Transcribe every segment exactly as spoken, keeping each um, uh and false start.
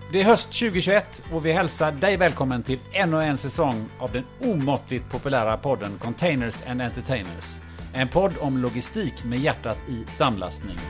Det är höst tjugohundratjugoett och vi hälsar dig välkommen till ännu en säsong av den omåttligt populära podden Containers and Entertainers. En podd om logistik med hjärtat i samlastning.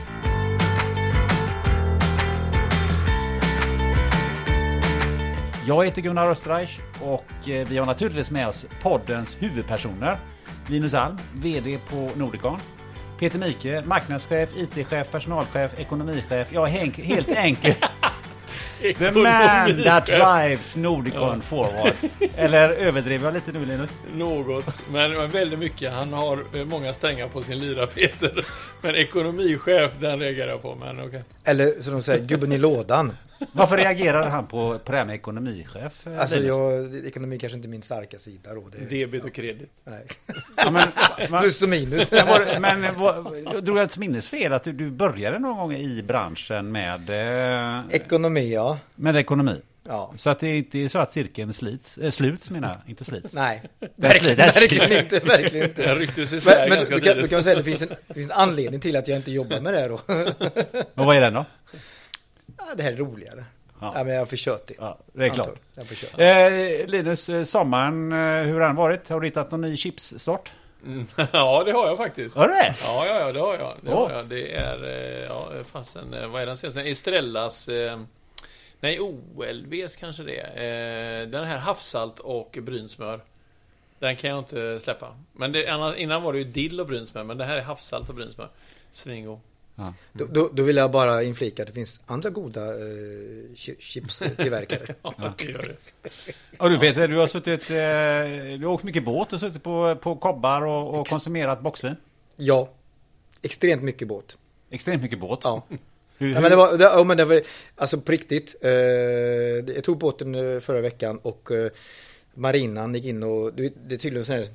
Jag heter Gunnar Österreich och vi har naturligtvis med oss poddens huvudpersoner. Linus Alm, vd på Nordicon. Peter Mike, marknadschef, I T-chef, personalchef, ekonomichef. Ja, helt enkelt. The man that drives Nordicon ja. forward. Eller överdriver jag lite nu, Linus? Något, men väldigt mycket. Han har många strängar på sin lyra, Peter. Men ekonomichef, den reagerar jag på. Men okay. Eller som de säger, gubben i lådan. Varför reagerar han på, på det här med ekonomichef? Alltså jag, ekonomi kanske inte är min starka sida då. Det, Debit och kredit. Nej. Ja, men, man, plus och minus. Men, var, men var, drog jag ett minnesfel att du, du började någon gång i branschen med... Eh, ekonomi, ja. Med ekonomi. Ja. Så att det inte är så att cirkeln slits, äh, sluts, menar jag, inte slits. Nej, verkligen, verkligen inte. Verkligen inte. Jag rycktes i men men du, kan, du kan säga att det finns, en, det finns en anledning till att jag inte jobbar med det här då. Och vad är den då? Ja, det här är roligare. Ja, ja men jag har försökt det. Ja, det är klart. Jag eh, Linus, sommaren, hur har den varit? Har du hittat någon ny chipssort? Mm, ja, det har jag faktiskt. Har du det? Ja, ja, ja, det har jag. Det, oh. har jag. Det är, ja, fast en, vad är den senaste? Estrellas, eh, nej, O L Vs kanske det är. Eh, den här havssalt och brynsmör. Den kan jag inte släppa. Men det, innan var det ju dill och brynsmör, men det här är havssalt och brynsmör. Svingo. Ja. Då, då, då vill jag bara inflika att det finns andra goda eh, chipstillverkare. Ja, det gör det. Och du Peter, du har suttit, eh, du har åkt mycket båt och suttit på, på kobbar och, och konsumerat boxvin. Ja, extremt mycket båt. Extremt mycket båt? Ja. Hur, hur? Ja, men det var, det, ja, men det var alltså på riktigt. Eh, jag tog båten förra veckan och eh, marinan gick in och det, det är tydligen sån här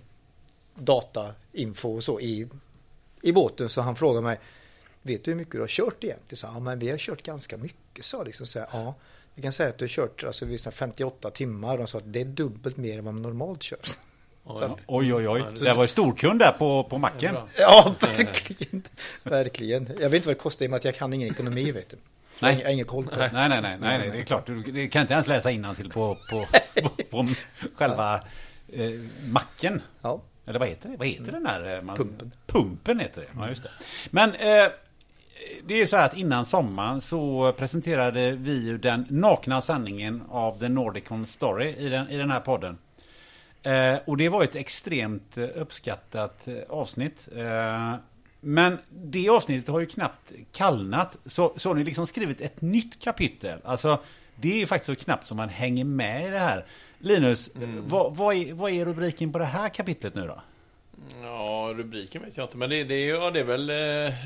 datainfo och så i, i båten, så han frågade mig: vet du hur mycket du har kört igen? Det sa, ja, men vi har kört ganska mycket, sa liksom så här, ja. Jag kan säga att du har kört alltså vissa femtioåtta timmar, och de sa att det är dubbelt mer än vad man normalt kör. Oh, ja. att, oj, oj, oj. Det var ju storkund där på, på macken. Ja, verkligen. Verkligen. Jag vet inte vad det kostar i och med att jag kan ingen ekonomi, vet du. Nej. Jag har ingen koll på det. Nej, nej, nej, nej, nej, det är klart. Du, du kan inte ens läsa innantill på, på, på, på själva eh, macken. Ja. Eller vad heter det? Vad heter den här? Man, pumpen. Pumpen heter det, ja just det. Men eh, det är så här att innan sommaren så presenterade vi ju den nakna sanningen av The Nordicon Story i den, i den här podden. Eh, och det var ett extremt uppskattat avsnitt. Eh, men det avsnittet har ju knappt kallnat. Så, så har ni liksom skrivit ett nytt kapitel. Alltså det är faktiskt så knappt som man hänger med i det här. Linus, mm. vad, vad, är, vad är rubriken på det här kapitlet nu då? Ja, rubriken vet jag inte. Men det, det, är, ja, det är väl eh,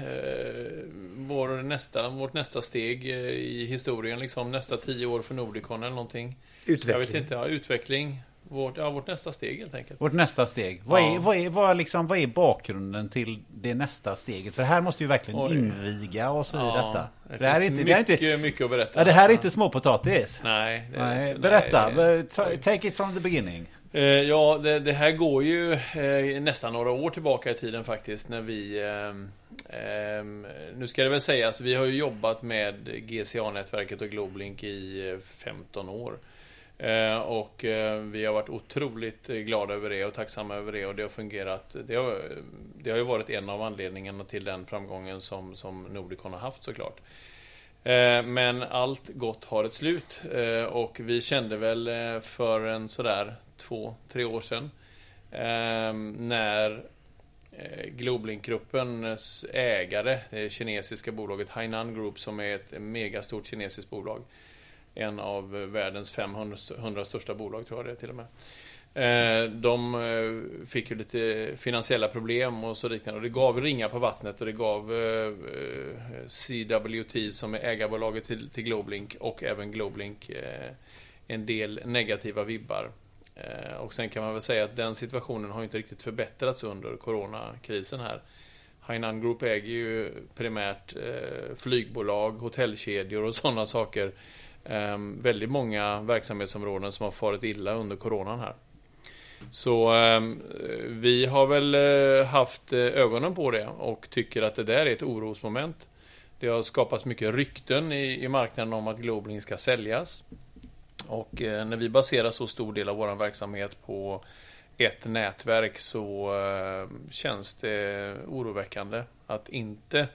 vår nästa, vårt nästa steg eh, i historien. Liksom, nästa tio år för Nordicon eller någonting. Utveckling. Jag vet inte, ja, utveckling. Vårt, ja, vårt nästa steg helt enkelt. Vårt nästa steg. Vad, ja. är, vad, är, vad, liksom, vad är bakgrunden till det nästa steget? För här måste ju verkligen Oj. inviga oss ja, i detta. Det, det här är inte, mycket, det är inte, mycket att berätta. Ja, det här är inte småpotatis. Nej. Det, nej inte, berätta. nej, det, take it from the beginning. Eh, ja, det, det här går ju eh, nästan några år tillbaka i tiden faktiskt, när vi eh, eh, nu ska det väl sägas, vi har ju jobbat med G C A-nätverket och Globlink i femton år. Eh, och eh, vi har varit otroligt glada över det och tacksamma över det, och det har fungerat. Det har, det har ju varit en av anledningarna till den framgången som, som Nordicon har haft, såklart. Eh, men allt gott har ett slut, eh, och vi kände väl eh, för en sådär två, tre år sedan eh, när eh, Globlink-gruppens ägare, det kinesiska bolaget Hainan Group, som är ett megastort kinesiskt bolag, en av världens femhundra största bolag tror jag det är till och med. Eh, de fick ju lite finansiella problem och så liknande, och det gav ringar på vattnet, och det gav eh, C W T, som är ägarbolaget till, till Globlink, och även Globlink eh, en del negativa vibbar. Eh, och sen kan man väl säga att den situationen har inte riktigt förbättrats under coronakrisen här. Hainan Group äger ju primärt eh, flygbolag, hotellkedjor och sådana saker. Eh, väldigt många verksamhetsområden som har farit illa under coronan här. Så eh, vi har väl eh, haft ögonen på det och tycker att det där är ett orosmoment. Det har skapats mycket rykten i, i marknaden om att Globelink ska säljas. Och eh, när vi baserar så stor del av vår verksamhet på ett nätverk så eh, känns det oroväckande att inte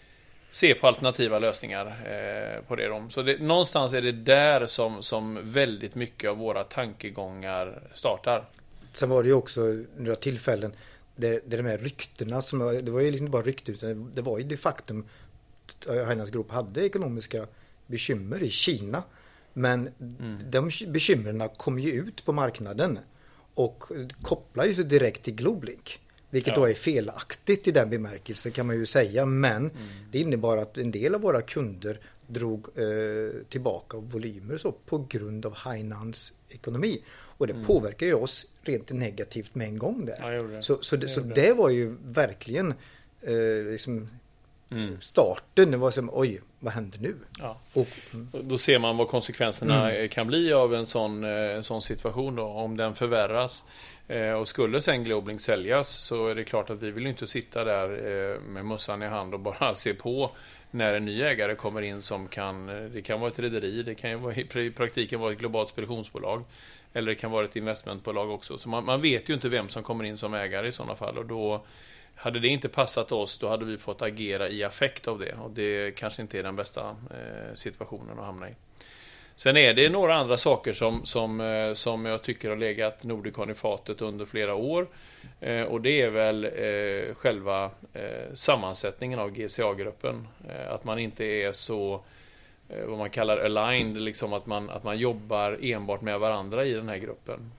se på alternativa lösningar eh, på det. Så det, någonstans är det där som, som väldigt mycket av våra tankegångar startar. Sen var det ju också några tillfällen där, där de här ryktena, som, det var ju liksom inte bara rykten utan det var ju det faktum att Hainan Group hade ekonomiska bekymmer i Kina. Men mm. de bekymren kom ju ut på marknaden och kopplar ju så direkt till Globelink. Vilket ja. då är felaktigt i den bemärkelsen kan man ju säga. Men mm. det innebar att en del av våra kunder drog eh, tillbaka volymer så på grund av Hainans ekonomi. Och det mm. påverkar ju oss rent negativt med en gång där. Ja, det. Så, så, det, så det. det var ju verkligen eh, liksom mm. starten. Det var som, oj, vad händer nu? Ja. Och, mm. Då ser man vad konsekvenserna mm. kan bli av en sån, en sån situation då, om den förvärras. Och skulle sen Globelink säljas så är det klart att vi vill inte sitta där med mössan i hand och bara se på när en ny ägare kommer in som kan, det kan vara ett rederi, det kan ju vara, i praktiken vara ett globalt speditionsbolag eller det kan vara ett investmentbolag också. Så man, man vet ju inte vem som kommer in som ägare i sådana fall och då hade det inte passat oss, då hade vi fått agera i affekt av det och det kanske inte är den bästa eh, situationen att hamna i. Sen är det några andra saker som, som, som jag tycker har legat Nordicon i fatet under flera år. Eh, och det är väl eh, själva eh, sammansättningen av G C A-gruppen. Eh, att man inte är så, eh, vad man kallar aligned, liksom att man, att man jobbar enbart med varandra i den här gruppen.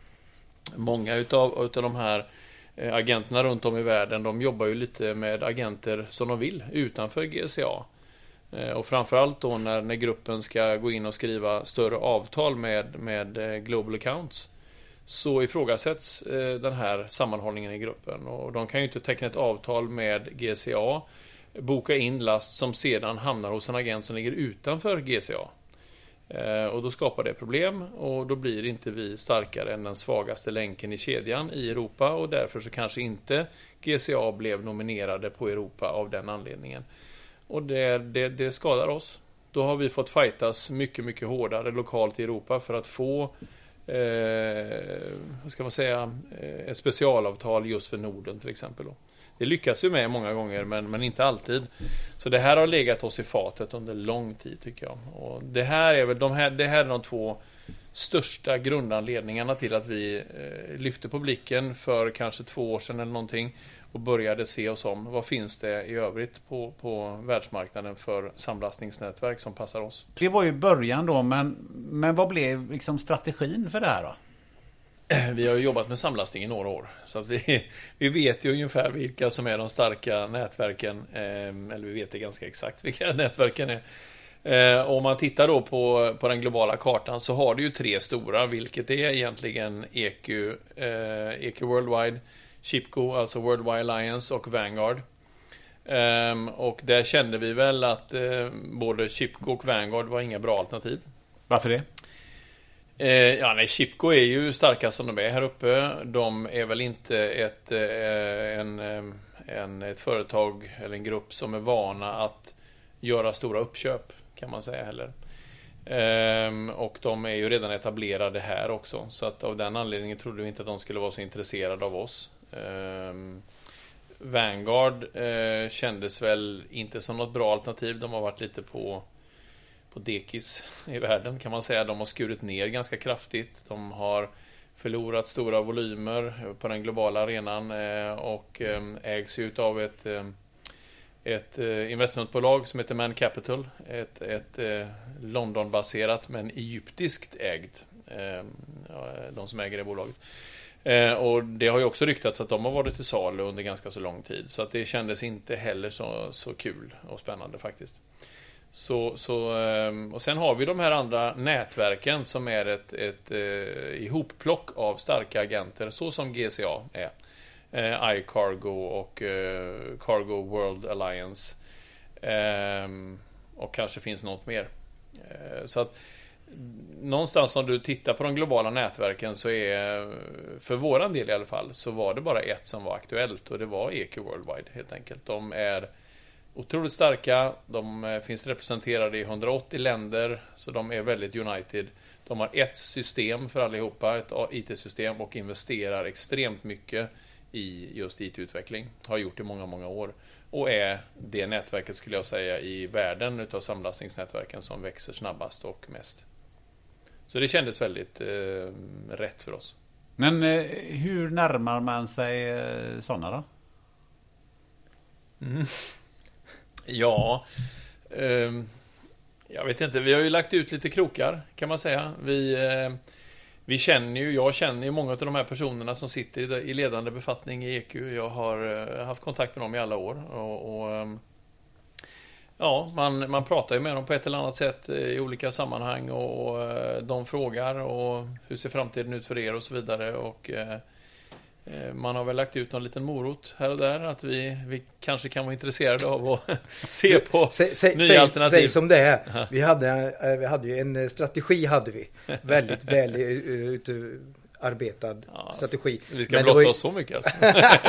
Många utav, utav de här eh, agenterna runt om i världen, de jobbar ju lite med agenter som de vill utanför G C A. Och framförallt då när, när gruppen ska gå in och skriva större avtal med, med Global Accounts så ifrågasätts eh, den här sammanhållningen i gruppen. Och de kan ju inte teckna ett avtal med G C A, boka in last som sedan hamnar hos en agent som ligger utanför G C A. Eh, och då skapar det problem och då blir inte vi starkare än den svagaste länken i kedjan i Europa och därför så kanske inte G C A blev nominerade på Europa av den anledningen. Och det, det, det skadar oss. Då har vi fått fightas mycket, mycket hårdare lokalt i Europa för att få eh, vad ska man säga, ett specialavtal just för Norden till exempel. Då. Det lyckas vi med många gånger men, men inte alltid. Så det här har legat oss i fatet under lång tid tycker jag. Och det här är väl de här, det här är de två största grundanledningarna till att vi eh, lyfte på blicken för kanske två år sedan eller någonting och började se oss om. Vad finns det i övrigt på, på världsmarknaden för samlastningsnätverk som passar oss? Det var ju början då, men, men vad blev liksom strategin för det här då? Vi har ju jobbat med samlastning i några år. Så att vi, vi vet ju ungefär vilka som är de starka nätverken. Eh, eller vi vet det ganska exakt vilka nätverken är. Eh, om man tittar då på, på den globala kartan så har det ju tre stora. Vilket är egentligen E Q, eh, E Q Worldwide, Chipco, alltså World Wide Alliance och Vanguard. Um, och där kände vi väl att uh, både Chipco och Vanguard var inga bra alternativ. Varför det? Uh, ja, nej, Chipco är ju starka som de är här uppe. De är väl inte ett, uh, en, um, en, ett företag eller en grupp som är vana att göra stora uppköp, kan man säga heller. Um, och de är ju redan etablerade här också. Så att av den anledningen trodde vi inte att de skulle vara så intresserade av oss. Um, Vanguard uh, kändes väl inte som något bra alternativ. De har varit lite på på dekis i världen kan man säga. De har skurit ner ganska kraftigt. De har förlorat stora volymer på den globala arenan uh, och um, ägs ut av ett um, ett uh, investmentbolag som heter Man Capital. Ett, ett uh, London-baserat men egyptiskt ägt. Uh, de som äger det bolaget. Eh, och det har ju också ryktats att de har varit i salu under ganska så lång tid. Så att det kändes inte heller så, så kul och spännande faktiskt. Så, så, eh, och sen har vi de här andra nätverken som är ett, ett eh, ihopplock av starka agenter. Så som G C A är. Eh, iCargo och eh, Cargo World Alliance. Eh, och kanske finns något mer. Eh, så att någonstans om du tittar på de globala nätverken så är, för våran del i alla fall, så var det bara ett som var aktuellt och det var E Q Worldwide helt enkelt. De är otroligt starka. De finns representerade i hundraåttio länder, så de är väldigt united. De har ett system för allihopa, ett I T-system, och investerar extremt mycket i just I T-utveckling. Har gjort det i många, många år. Och är det nätverket, skulle jag säga, i världen utav samlastningsnätverken som växer snabbast och mest. Så det kändes väldigt eh, rätt för oss. Men eh, hur närmar man sig eh, sådana då? Mm. Ja, eh, jag vet inte. Vi har ju lagt ut lite krokar, kan man säga. Vi, eh, vi känner ju, jag känner ju många av de här personerna som sitter i, i ledande befattning i E Q. Jag har eh, haft kontakt med dem i alla år. Och, och eh, ja, man, man pratar ju med dem på ett eller annat sätt i olika sammanhang, och, och de frågar och hur ser framtiden ut för er och så vidare. Och eh, man har väl lagt ut någon liten morot här och där att vi, vi kanske kan vara intresserade av att se på säg, säg, nya säg, alternativ. Säg som det är. Vi hade, vi hade ju en strategi, hade vi. Väldigt väl utarbetad ja, strategi. Vi ska blotta ju... oss så mycket alltså.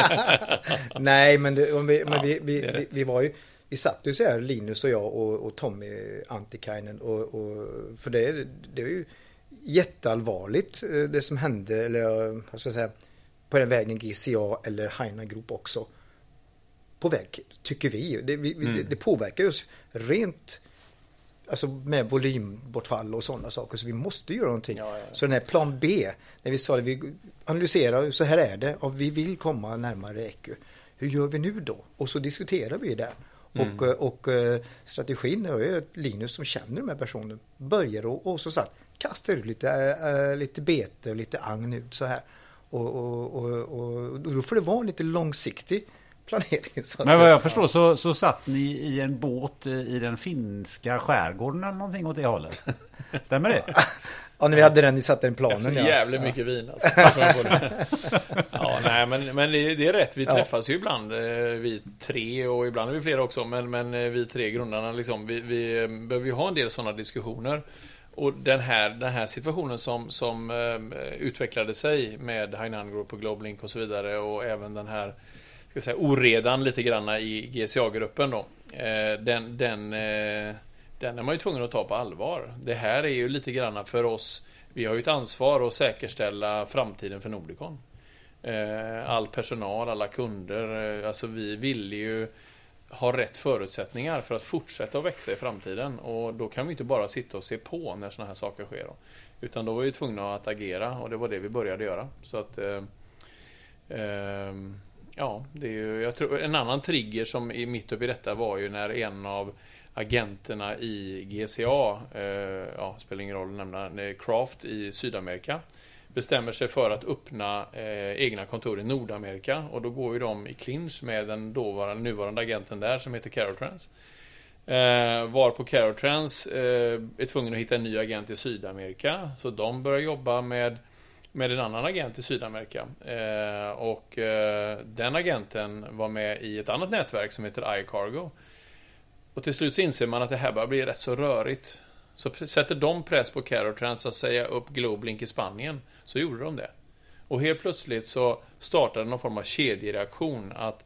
Nej, men, det, om vi, men ja, vi, vi, vi, vi var ju vi satt ju så här, Linus och jag och, och Tommy Antikainen, och, och för det, det är ju jätteallvarligt det som hände, eller vad ska jag säga, på den vägen G C A eller Haina Group också på väg, tycker vi. Det, vi, mm. det, det påverkar oss rent, alltså med volymbortfall och sådana saker, så vi måste göra någonting. Ja, ja. Så den här plan B, när vi sa det, vi analyserar, så här är det, och vi vill komma närmare E Q. Hur gör vi nu då? Och så diskuterar vi det. Mm. Och, och strategin är ju att Linus, som känner de här personerna, börjar och, och så sagt, kastar ut lite, äh, lite bete och lite agn ut så här. Och, och, och, och då får det vara en lite långsiktig planering. Så men vad jag förstår så, så satt ni i en båt i den finska skärgården eller någonting åt det hållet. Stämmer det? Ja, när vi hade den, ni satte den planen. Efter ja. jävligt mycket vin alltså. Ja, nej, men, men det, det är rätt. Vi träffas ja. ju ibland, vi tre, och ibland är vi flera också, men, men vi tre grundarna liksom, vi, vi behöver ju ha en del sådana diskussioner. Och den här, den här situationen som, som uh, utvecklade sig med Hainan Group och Globelink och så vidare, och även den här, ska jag säga, oredan lite granna i G C A-gruppen då, uh, den, den, uh, den är man ju tvungen att ta på allvar. Det här är ju lite granna för oss, vi har ju ett ansvar att säkerställa framtiden för Nordicon. Uh, all personal, alla kunder, uh, alltså vi vill ju har rätt förutsättningar för att fortsätta att växa i framtiden, och då kan vi inte bara sitta och se på när såna här saker sker då. Utan då var vi tvungna att agera, och det var det vi började göra. Så att eh, eh, ja, det är ju, jag tror, en annan trigger som är mitt uppe i detta var ju när en av agenterna i G C A, eh, ja, spelar ingen roll att nämna, Craft i Sydamerika, bestämmer sig för att öppna eh, egna kontor i Nordamerika, och då går ju de i clinch med den dåvarande nuvarande agenten där som heter Carotrans. Eh, var på Carotrans eh, är tvungen att hitta en ny agent i Sydamerika, så de börjar jobba med med en annan agent i Sydamerika. Eh, och eh, den agenten var med i ett annat nätverk som heter iCargo. Och till slut så inser man att det här börjar bli rätt så rörigt. Så sätter de press på Carotrans att säga upp Globelink i Spanien, så gjorde de det. Och helt plötsligt så startade någon form av kedjereaktion att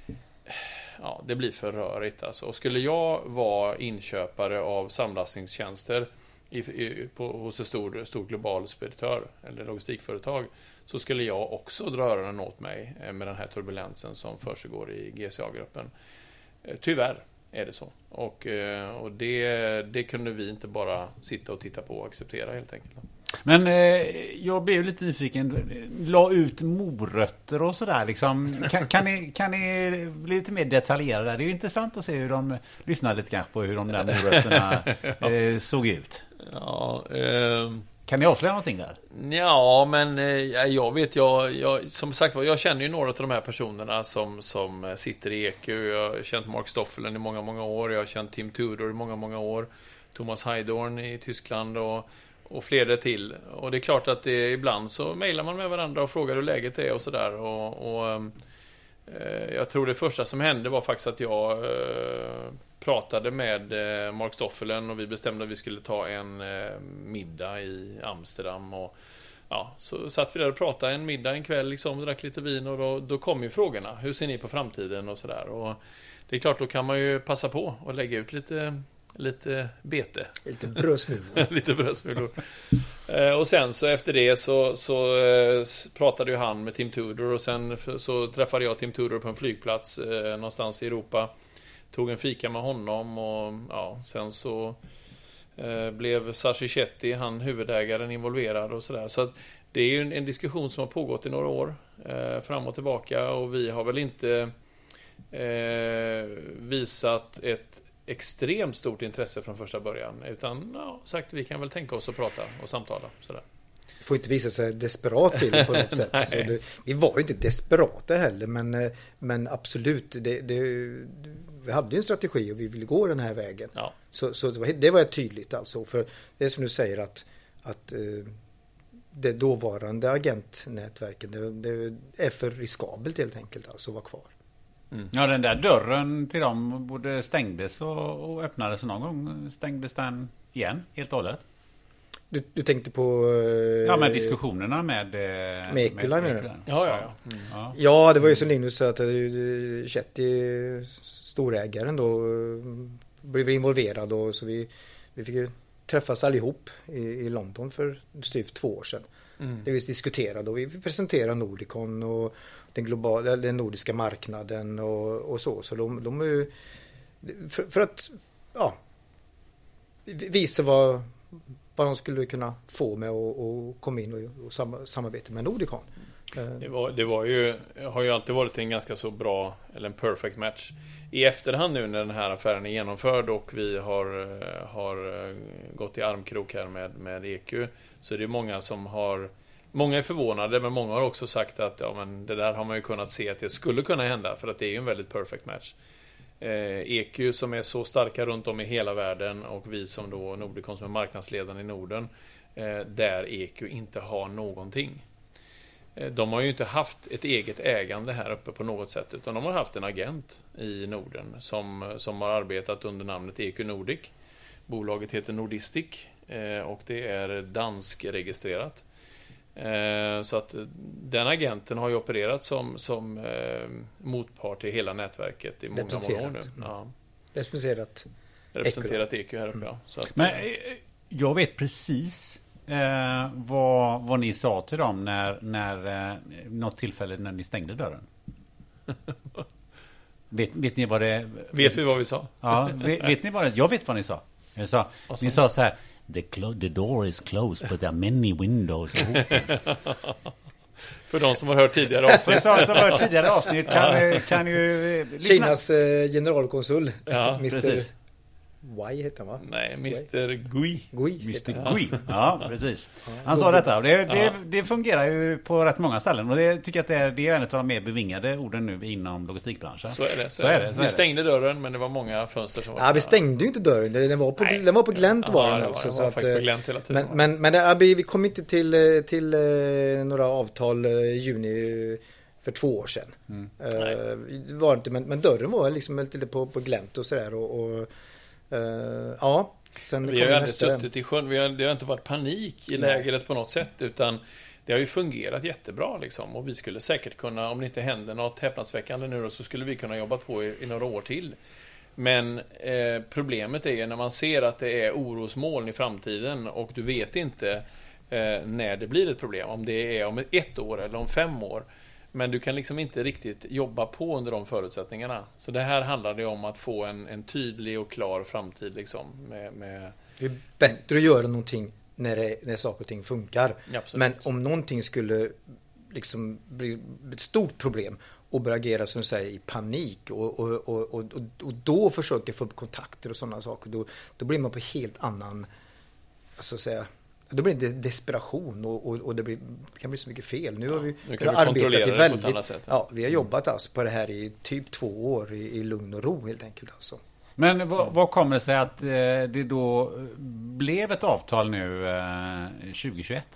ja, det blir för rörigt alltså. Och skulle jag vara inköpare av samlastningstjänster i, i, på, hos ett stor, stor global speditör eller logistikföretag, så skulle jag också dra öronen åt mig med den här turbulensen som försiggår i G C A-gruppen. Tyvärr är det så. Och, och det, det kunde vi inte bara sitta och titta på och acceptera helt enkelt. Men eh, jag blev lite nyfiken. La ut morötter och sådär liksom. Kan, kan, ni, kan ni bli lite mer detaljerade? Det är ju intressant att se hur de lyssnar lite kanske på hur de där morötterna eh, såg ut. Ja, eh... Kan ni avslöja någonting där? Ja, men eh, jag vet, jag, jag, som sagt var, jag känner ju några av de här personerna som, som sitter i E Q. Jag har känt Mark Stoffelen i många, många år. Jag har känt Tim Tudor i många, många år. Thomas Heidorn i Tyskland och, och flera till. Och det är klart att det, ibland så mejlar man med varandra och frågar hur läget är och sådär. Och, och eh, jag tror det första som hände var faktiskt att jag eh, pratade med eh, Mark Stoffelen, och vi bestämde att vi skulle ta en eh, middag i Amsterdam, och ja, så satt vi där och pratade en middag en kväll liksom, drack lite vin, och då, då kom ju frågorna, hur ser ni på framtiden och sådär. Och det är klart, då kan man ju passa på och lägga ut lite, lite bete. Lite brödsmulor. lite brödsmulor. eh, och sen så efter det så, så eh, pratade ju han med Tim Tudor, och sen så träffade jag Tim Tudor på en flygplats eh, någonstans i Europa. Tog en fika med honom, och ja, sen så eh, blev Sashi Shetty, han huvudägaren, involverad och sådär. Så att det är ju en, en diskussion som har pågått i några år, eh, fram och tillbaka, och vi har väl inte eh, visat ett extremt stort intresse från första början, utan ja, sagt, vi kan väl tänka oss att prata och samtala sådär. Det får inte visa sig desperat till på något sätt. Alltså det, vi var ju inte desperata heller, men, men absolut, det, det, vi hade ju en strategi och vi ville gå den här vägen. Ja. Så, så det, var, det var tydligt alltså, för det är som du säger att, att det dåvarande agentnätverket, det, det är för riskabelt helt enkelt alltså att vara kvar. Mm. Ja, den där dörren till dem både stängdes och, och öppnades, så någon gång stängdes den igen helt och hållet. Du, du tänkte på... Eh, ja, men diskussionerna med... Med Equiliner. Ja, ja, ja. Mm. ja. Ja, det var ju som Linus sa, att Shetty, storägaren då, blev involverad, och så vi, vi fick ju träffas allihop i, i London för styvt två år sedan. Mm. Det vi diskuterade, och vi presenterade Nordicon och den globala, den nordiska marknaden och, och så. Så de, de är ju, för, för att ja, visa vad, vad de skulle kunna få med att komma in och, och sam, samarbeta med Nordicon. Det, var, det var ju, har ju alltid varit en ganska så bra, eller en perfect match. I efterhand nu när den här affären är genomförd och vi har, har gått i armkrok här med, med E Q, så är det många som har, många är förvånade, men många har också sagt att ja, men det där har man ju kunnat se att det skulle kunna hända, för att det är ju en väldigt perfect match. Eh, E Q som är så starka runt om i hela världen, och vi som då Nordicon som är marknadsledaren i Norden, eh, där E Q inte har någonting. De har ju inte haft ett eget ägande här uppe på något sätt, utan de har haft en agent i Norden som, som har arbetat under namnet E Q Nordic. Bolaget heter Nordistic och det är dansk-registrerat. Så att den agenten har ju opererat som, som motpart till hela nätverket i många, många år nu. Ja. Representerat Representerat E Q här uppe, mm. ja. Så att, men jag vet precis Eh, vad, vad ni sa till dem när, när eh, något tillfälle när ni stängde dörren. vet, vet ni vad det... Vet vi vad vi sa? Ja, vet, vet ni vad det... Jag vet vad ni sa. Jag sa ni sa så här: the, clo- the door is closed but there are many windows open. För de som har hört tidigare avsnitt. För de som har hört tidigare avsnitt kan, kan ju lyssna. Kinas eh, generalkonsul. Ja, mister precis. Wai heter han, va? Nej, mister Gui. Gui. mister Gui. Ja, precis. Han sa detta. Och det, det, det fungerar ju på rätt många ställen. Och det tycker jag att det är, det är en av de mer bevingade orden nu inom logistikbranschen. Så är det. Så, så är det. Så vi är stängde dörren, men det var många fönster som var... Ja, vi stängde ju inte dörren. Den var på, den var på glänt var den alltså. Den var, var faktiskt på glänt hela tiden. Men, men, men det, vi kom inte till, till några avtal i juni för två år sedan. Mm. Uh, var inte, men, men dörren var liksom lite på, på glänt och sådär. Och, och Uh, ja, sen vi har ju aldrig suttit i sjön. Vi har, det har inte varit panik i lägret på något sätt, utan det har ju fungerat jättebra liksom. Och vi skulle säkert kunna, om det inte händer något häpnadsväckande nu då, så skulle vi kunna jobba på i, i några år till. Men eh, problemet är ju när man ser att det är orosmoln i framtiden och du vet inte eh, när det blir ett problem, om det är om ett år eller om fem år. Men du kan liksom inte riktigt jobba på under de förutsättningarna. Så det här handlar det om att få en, en tydlig och klar framtid liksom. Med, med... Det är bättre att göra någonting när, det, när saker och ting funkar. Ja, men om någonting skulle liksom bli ett stort problem och börja agera som du säger i panik och, och, och, och, och då försöka få upp kontakter och sådana saker, då, då blir man på helt annan, alltså säga, då blir det desperation och, och, och det, blir, det kan bli så mycket fel. Nu ja, har vi, vi arbetat i väldigt, på sätt, ja. ja, vi har jobbat alltså på det här i typ två år i, i lugn och ro helt enkelt alltså. Men vad, vad kommer det sig att eh, det då blev ett avtal nu eh, tjugohundratjugoett?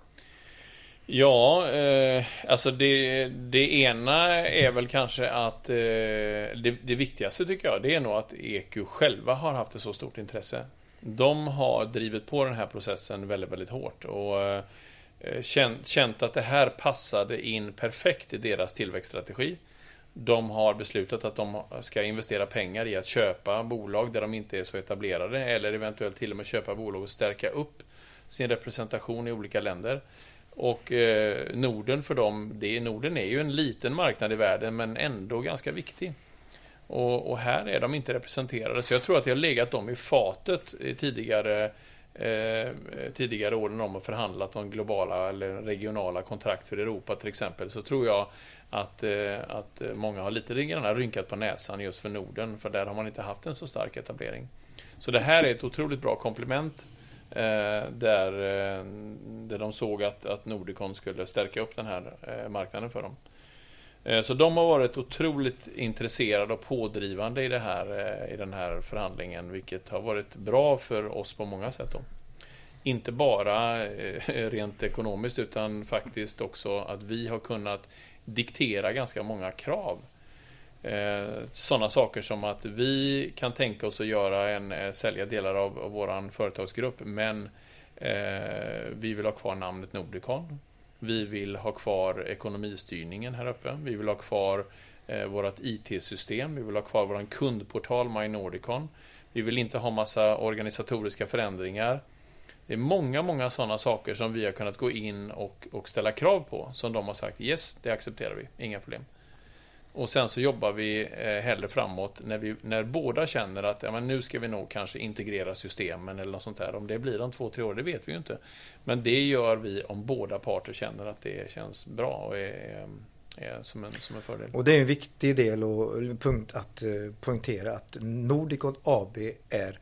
Ja, eh, alltså det, det ena är väl kanske att eh, det, det viktigaste tycker jag, det är nog att E Q själva har haft ett så stort intresse. De har drivit på den här processen väldigt, väldigt hårt och eh, känt, känt att det här passade in perfekt i deras tillväxtstrategi. De har beslutat att de ska investera pengar i att köpa bolag där de inte är så etablerade, eller eventuellt till och med köpa bolag och stärka upp sin representation i olika länder. Och eh, Norden för dem, det, Norden är ju en liten marknad i världen men ändå ganska viktig. Och, och här är de inte representerade, så jag tror att det har legat dem i fatet i tidigare, eh, tidigare åren om att förhandlat om globala eller regionala kontrakt för Europa till exempel. Så tror jag att, eh, att många har lite grann rynkat på näsan just för Norden, för där har man inte haft en så stark etablering. Så det här är ett otroligt bra komplement eh, där, eh, där de såg att, att Nordicon skulle stärka upp den här eh, marknaden för dem. Så de har varit otroligt intresserade och pådrivande i, det här, i den här förhandlingen, vilket har varit bra för oss på många sätt. Då. Inte bara rent ekonomiskt utan faktiskt också att vi har kunnat diktera ganska många krav. Sådana saker som att vi kan tänka oss att göra en, sälja delar av, av vår företagsgrupp, men vi vill ha kvar namnet Nordicon. Vi vill ha kvar ekonomistyrningen här uppe. Vi vill ha kvar eh, vårt I T-system. Vi vill ha kvar vår kundportal MyNordicon. Vi vill inte ha massa organisatoriska förändringar. Det är många, många sådana saker som vi har kunnat gå in och, och ställa krav på. Som de har sagt, yes, det accepterar vi. Inga problem. Och sen så jobbar vi eh, hellre framåt när, vi, när båda känner att ja, men nu ska vi nog kanske integrera systemen eller något sånt där. Om det blir om två, tre år, det vet vi ju inte. Men det gör vi om båda parter känner att det känns bra och är, är som, en, som en fördel. Och det är en viktig del och punkt att uh, poängtera att Nordicon A B är,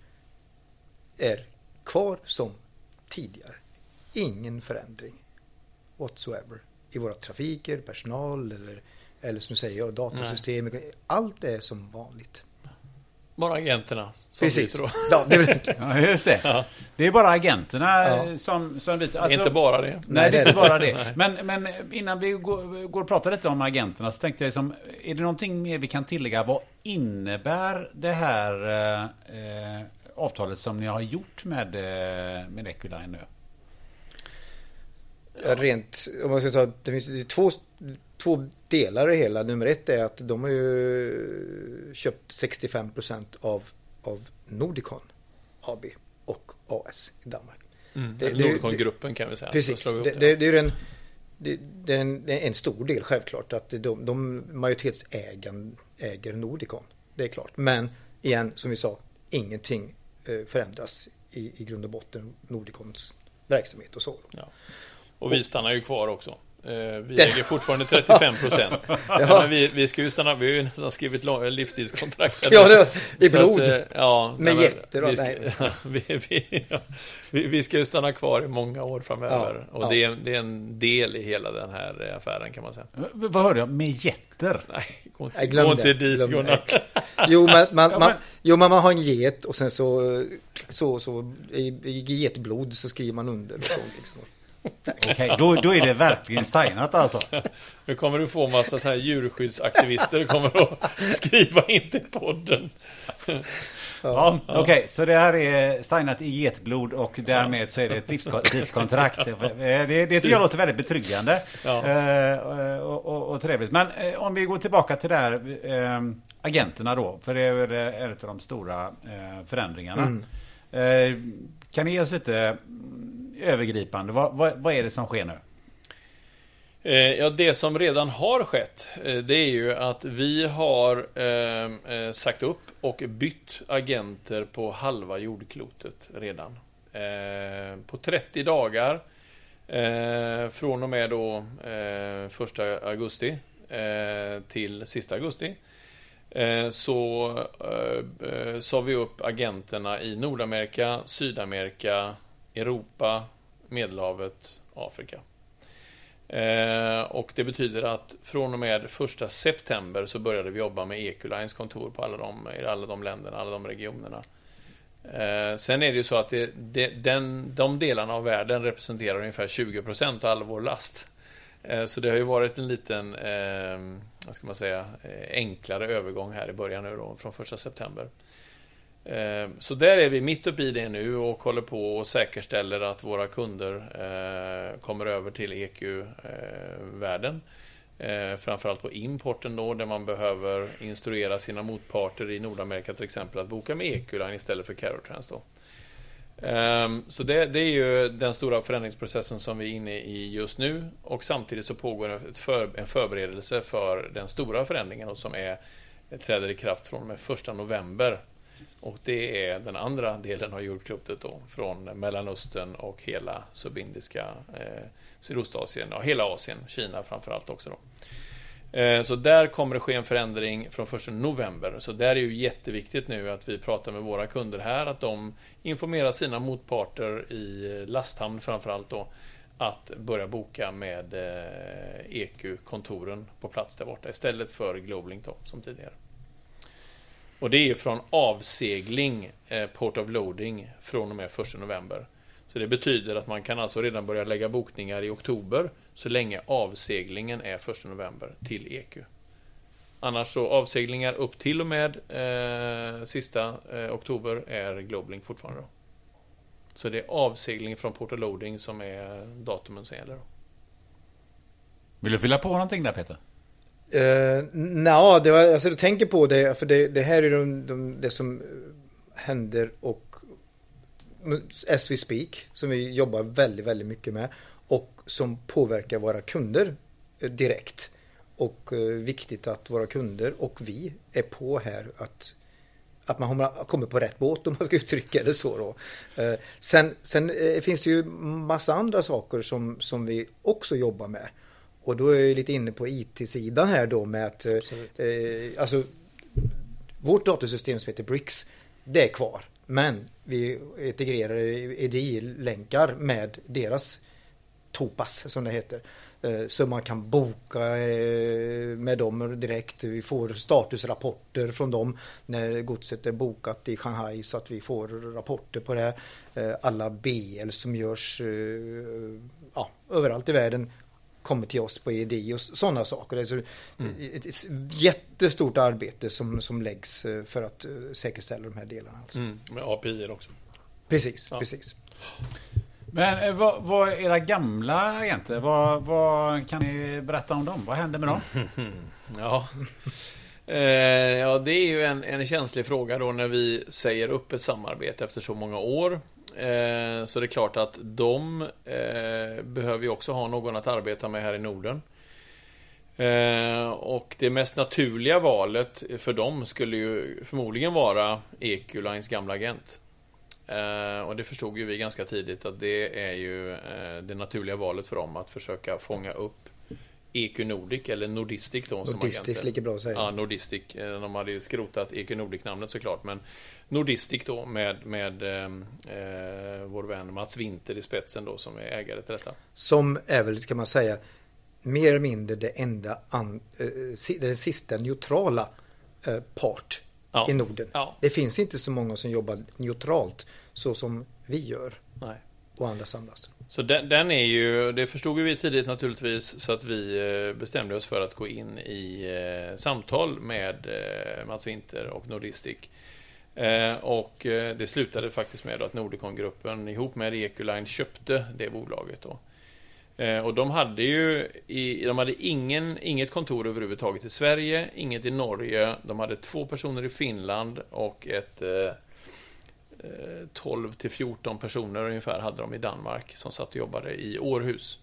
är kvar som tidigare. Ingen förändring whatsoever i våra trafiker, personal eller Eller som du säger, datasystem. Nej. Allt är som vanligt. Bara agenterna som Precis. byter då. Ja, det är ja, just det. Ja. Det är bara agenterna ja. som, som byter. Alltså, inte bara det. Nej, det är inte bara det. Men, men innan vi går, går och pratar lite om agenterna så tänkte jag liksom, är det någonting mer vi kan tillägga? Vad innebär det här eh, avtalet som ni har gjort med, med Equidine nu? Ja. Rent, om man ska ta, det finns det två Två delar i hela. Nummer ett är att de har ju köpt sextiofem procent av, av Nordicon A B och A S i Danmark. Mm, det, Nordicon-gruppen kan vi säga. Precis. Det, det, det, det är en, det, det är en, det är en stor del självklart att de, de majoritetsägaren äger Nordicon. Det är klart. Men igen, som vi sa, ingenting förändras i, i grund och botten Nordicons verksamhet och så. Ja. Och vi stannar ju kvar också. Vi äger fortfarande trettiofem procent. Ja. Men vi, vi ska ju stanna, vi har ju nästan skrivit livstidskontrakt. Ja, det, i blod. Att, ja, med nej, jätter och vi, ska, vi, vi, ja, vi, vi ska ju stanna kvar i många år framöver. Ja, och ja. Det, är, det är en del i hela den här affären kan man säga. Vad hörde jag? Med jätter? Nej, gå inte, gå inte dit, Gunnar. Jo, man, man, ja, man, jo, man har en get och sen så, så, så i, i getblod så skriver man under. Så, liksom. Okej, okay, då, då är det verkligen steinat alltså. Nu kommer du få massa så här djurskyddsaktivister kommer att skriva in till podden. Ja, ja. Okej, okay, så det här är steinat i getblod och därmed så är det ett livstidskontrakt. Det, det tycker jag låter väldigt betryggande ja. eh, och, och, och trevligt. Men eh, om vi går tillbaka till det här eh, agenterna då, för det är väl en av de stora eh, förändringarna. Mm. Eh, kan ni ge oss lite övergripande, vad, vad, vad är det som sker nu? Eh, ja, det som redan har skett eh, det är ju att vi har eh, sagt upp och bytt agenter på halva jordklotet redan. Eh, på trettio dagar eh, från och med då eh, första augusti eh, till sista augusti eh, så eh, sa vi upp agenterna i Nordamerika, Sydamerika, Europa, Medelhavet, Afrika. Eh, och det betyder att från och med första september så började vi jobba med Equidines kontor på alla de, i alla de länderna, alla de regionerna. Eh, sen är det ju så att det, det, den, de delarna av världen representerar ungefär tjugo procent av all vår last. Eh, så det har ju varit en liten, eh, vad ska man säga, enklare övergång här i början nu då, från första september. Så där är vi mitt uppe i det nu och håller på och säkerställer att våra kunder eh, kommer över till E Q-världen. Eh, framförallt på importen då, där man behöver instruera sina motparter i Nordamerika till exempel att boka med Eculine istället för Carotrans då. Um, så det, det är ju den stora förändringsprocessen som vi är inne i just nu, och samtidigt så pågår ett för, en förberedelse för den stora förändringen som är, träder i kraft från med första november, och det är den andra delen av jordklotet då, från Mellanöstern och hela subindiska eh, Sydostasien, ja, hela Asien, Kina framförallt också då. Så där kommer det ske en förändring från första november. Så där är ju jätteviktigt nu att vi pratar med våra kunder här, att de informerar sina motparter i lasthamn framförallt då, att börja boka med E Q-kontoren på plats där borta istället för Globelink då, som tidigare. Och det är ju från avsegling, port of loading, från och med första november. Så det betyder att man kan alltså redan börja lägga bokningar i oktober så länge avseglingen är första november till E Q. Annars så avseglingar upp till och med eh, sista eh, oktober är Globelink fortfarande då. Så det är avsegling från port of loading som är datumen som gäller då. Vill du fylla på någonting där, Peter? Uh, Nej, det var, alltså, jag tänker på det, för det, det här är de, de, det som händer och as we speak, som vi jobbar väldigt, väldigt mycket med och som påverkar våra kunder direkt. Och uh, viktigt att våra kunder och vi är på här att, att man har kommit på rätt båt, om man ska uttrycka det så då. Uh, sen sen uh, finns det ju massa andra saker som, som vi också jobbar med. Och då är jag lite inne på I T-sidan här då med att uh, alltså vårt datasystem som heter Bricks, det är kvar. Men vi integrerar E D I-länkar med deras Topas som det heter. Så man kan boka med dem direkt. Vi får statusrapporter från dem när godset är bokat i Shanghai, så att vi får rapporter på det. Alla B L som görs ja, överallt i världen kommer till oss på E D I och sådana saker. Det är så mm. ett, ett jättestort arbete som, som läggs för att säkerställa de här delarna. Alltså. Mm, med A P I också. Precis, ja. precis. Men vad, vad är era gamla agenter? Vad, vad kan ni berätta om dem? Vad händer med dem? ja. eh, ja, det är ju en, en känslig fråga då när vi säger upp ett samarbete efter så många år. Eh, så det är klart att de eh, behöver ju också ha någon att arbeta med här i Norden. Eh, och det mest naturliga valet för dem skulle ju förmodligen vara Eculines gamla agent. Eh, och det förstod ju vi ganska tidigt att det är ju eh, det naturliga valet för dem att försöka fånga upp E Q Nordic eller Nordistic då som Nordistic, lika bra att säga. Ja, Nordistic. De hade ju skrotat E Q Nordic-namnet såklart, men Nordistic då med, med eh, vår vän Mats Winter i spetsen då som är ägare till detta. Som är väl, kan man säga, mer eller mindre det enda an, eh, den sista neutrala eh, part ja. i Norden. Ja. Det finns inte så många som jobbar neutralt så som vi gör. Nej. Och andra samlas. Så den, den är ju, det förstod vi tidigt naturligtvis, så att vi bestämde oss för att gå in i eh, samtal med eh, Mats Winter och Nordistic. Eh, och eh, det slutade faktiskt med att Nordicon-gruppen ihop med Eculine köpte det bolaget då. Eh, och de hade ju i, de hade ingen, inget kontor överhuvudtaget i Sverige, inget i Norge. De hade två personer i Finland och ett eh, tolv till fjorton personer ungefär hade de i Danmark som satt och jobbade i Århus.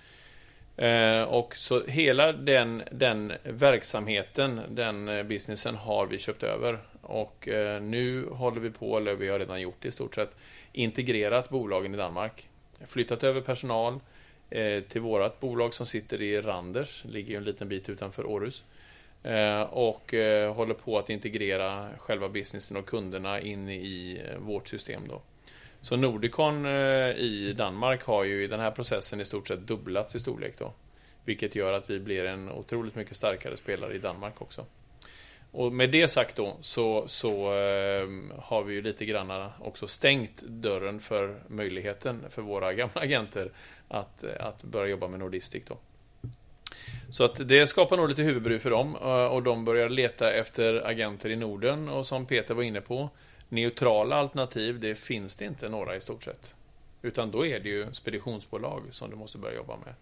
Eh, och så hela den, den verksamheten, den businessen har vi köpt över. Och eh, nu håller vi på, eller vi har redan gjort det i stort sett, integrerat bolagen i Danmark. Flyttat över personal eh, till vårat bolag som sitter i Randers, ligger ju en liten bit utanför Århus. Eh, och eh, håller på att integrera själva businessen och kunderna in i eh, vårt system då. Så Nordicon eh, i Danmark har ju i den här processen i stort sett dubblats i storlek då. Vilket gör att vi blir en otroligt mycket starkare spelare i Danmark också. Och med det sagt då så, så eh, har vi ju lite grann också stängt dörren för möjligheten för våra gamla agenter att, att börja jobba med Nordistic då. Så att det skapar nog lite huvudbry för dem, och de börjar leta efter agenter i Norden, och som Peter var inne på, neutrala alternativ, det finns det inte några i stort sett. Utan då är det ju speditionsbolag som du måste börja jobba med.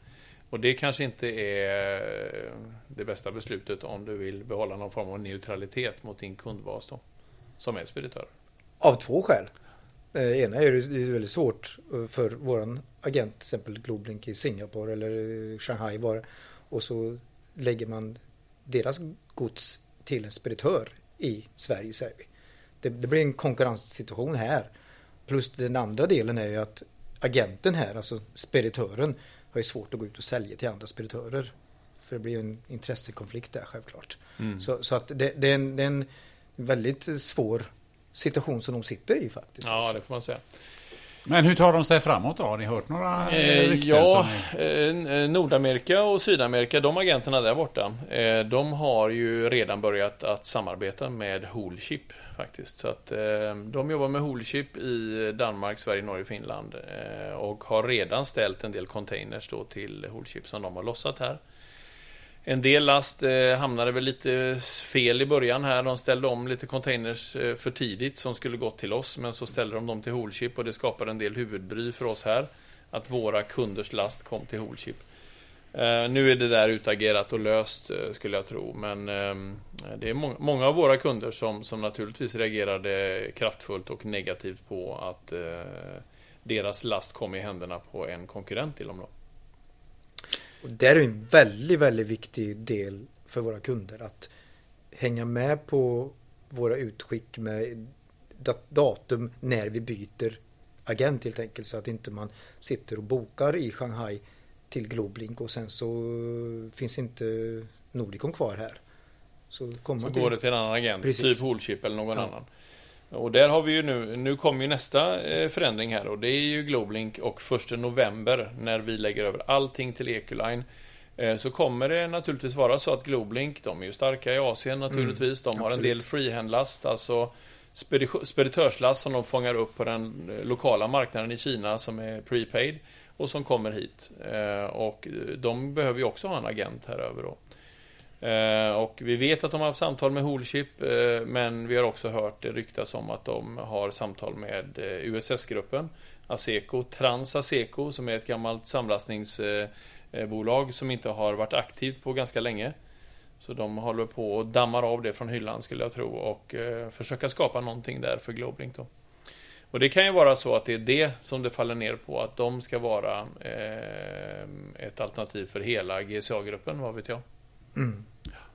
Och det kanske inte är det bästa beslutet om du vill behålla någon form av neutralitet mot din kundbas då, som är speditör. Av två skäl. Eh, ena är det väldigt svårt för våran agent, till exempel Globlink i Singapore eller Shanghai var, och så lägger man deras gods till en speditör i Sverige, säger vi. Det, det blir en konkurrenssituation här. Plus den andra delen är ju att agenten här, alltså speditören, har ju svårt att gå ut och sälja till andra speditörer. För det blir ju en intressekonflikt där, självklart. Mm. Så, så att det, det, är en, det är en väldigt svår situation som de sitter i faktiskt. Ja, det får man säga. Men hur tar de sig framåt då? Har ni hört några eh, rykten? Ja, ni... eh, Nordamerika och Sydamerika, de agenterna där borta, eh, de har ju redan börjat att samarbeta med Holship faktiskt. Så att eh, de jobbar med Holship i Danmark, Sverige, Norge, Finland eh, och har redan ställt en del containers då till Holship som de har lossat här. En del last eh, hamnade väl lite fel i början här. De ställde om lite containers eh, för tidigt som skulle gått till oss. Men så ställde de dem till Holship och det skapade en del huvudbry för oss här. Att våra kunders last kom till Holship. Eh, nu är det där utagerat och löst eh, skulle jag tro. Men eh, det är må- många av våra kunder som, som naturligtvis reagerade kraftfullt och negativt på att eh, deras last kom i händerna på en konkurrent till dem då. Och det är en väldigt, väldigt viktig del för våra kunder att hänga med på våra utskick med datum när vi byter agent helt enkelt, så att inte man sitter och bokar i Shanghai till Globlink och sen så finns inte Nordicon kvar här. Så, kommer så till... går det till en annan agent, Precis. typ Holship eller någon ja. annan. Och där har vi ju nu, nu kommer ju nästa förändring här och det är ju Globlink och första november när vi lägger över allting till Ecoline. Så kommer det naturligtvis vara så att Globlink, de är ju starka i Asien naturligtvis, mm, de har absolut. En del freehandlast, alltså speditörslast som de fångar upp på den lokala marknaden i Kina som är prepaid och som kommer hit. Och de behöver ju också ha en agent här över då. Uh, och vi vet att de har haft samtal med Holship, uh, men vi har också hört det ryktas om att de har samtal med uh, U S S-gruppen Aseco, Transaseco som är ett gammalt samlastningsbolag uh, som inte har varit aktivt på ganska länge. Så de håller på och dammar av det från hyllan skulle jag tro och uh, försöka skapa någonting där för Globlink då. Och det kan ju vara så att det är det som det faller ner på, att de ska vara uh, ett alternativ för hela G C A-gruppen, vad vet jag. Mm.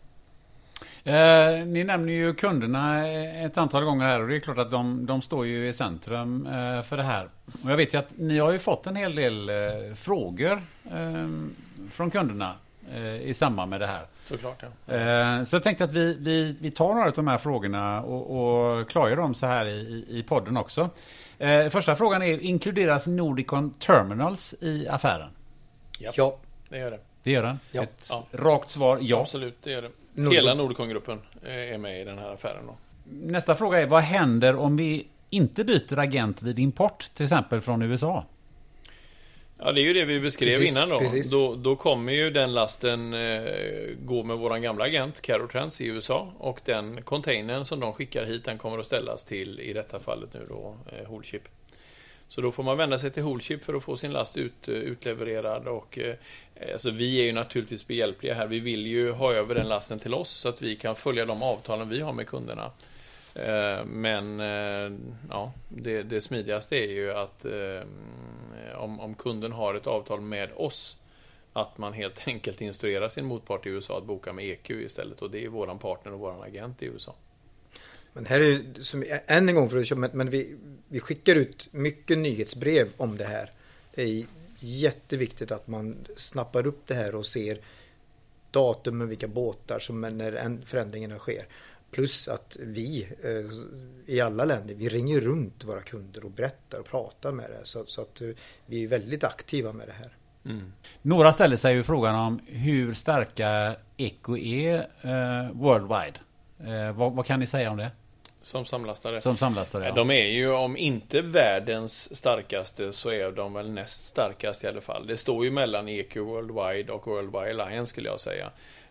Eh, ni nämner ju kunderna ett antal gånger här och det är klart att de, de står ju i centrum eh, för det här. Och jag vet ju att ni har ju fått en hel del eh, frågor eh, från kunderna eh, i samband med det här. Såklart, ja. Eh, så jag tänkte att vi, vi, vi tar några av de här frågorna och, och klargör dem så här i, i podden också. Eh, första frågan är, inkluderas Nordicon Terminals i affären? Ja, ja. det gör det. Det gör den? Ja. Ett ja. rakt svar, ja. Absolut, det gör det. Nordicon. Hela Nordicon-gruppen är med i den här affären då. Nästa fråga är, vad händer om vi inte byter agent vid import, till exempel från U S A? Ja, det är ju det vi beskrev precis, innan då. Precis. då. Då kommer ju den lasten eh, gå med våran gamla agent, Carotrans i U S A. Och den containern som de skickar hit, den kommer att ställas till, i detta fallet nu då, eh, Holship. Så då får man vända sig till Holship för att få sin last ut, utlevererad och eh, alltså vi är ju naturligtvis behjälpliga här. Vi vill ju ha över den lasten till oss så att vi kan följa de avtalen vi har med kunderna. Eh, men eh, ja, det, det smidigaste är ju att eh, om, om kunden har ett avtal med oss, att man helt enkelt instruerar sin motpart i U S A att boka med E Q istället, och det är våran partner och våran agent i U S A. Men här är som än en gång för att men vi, vi skickar ut mycket nyhetsbrev om det här. Det är jätteviktigt att man snappar upp det här och ser datum och vilka båtar som när förändringarna sker. Plus att vi eh, i alla länder, vi ringer runt våra kunder och berättar och pratar med det. Så, så att vi är väldigt aktiva med det här. Mm. Några ställer sig ju frågan om hur starka Eco är eh, worldwide. Eh, vad, vad kan ni säga om det? Som samlastare. Som samlastare, ja. De är ju, om inte världens starkaste, så är de väl näst starkast i alla fall. Det står ju mellan E Q Worldwide och Worldwide Alliance skulle jag säga.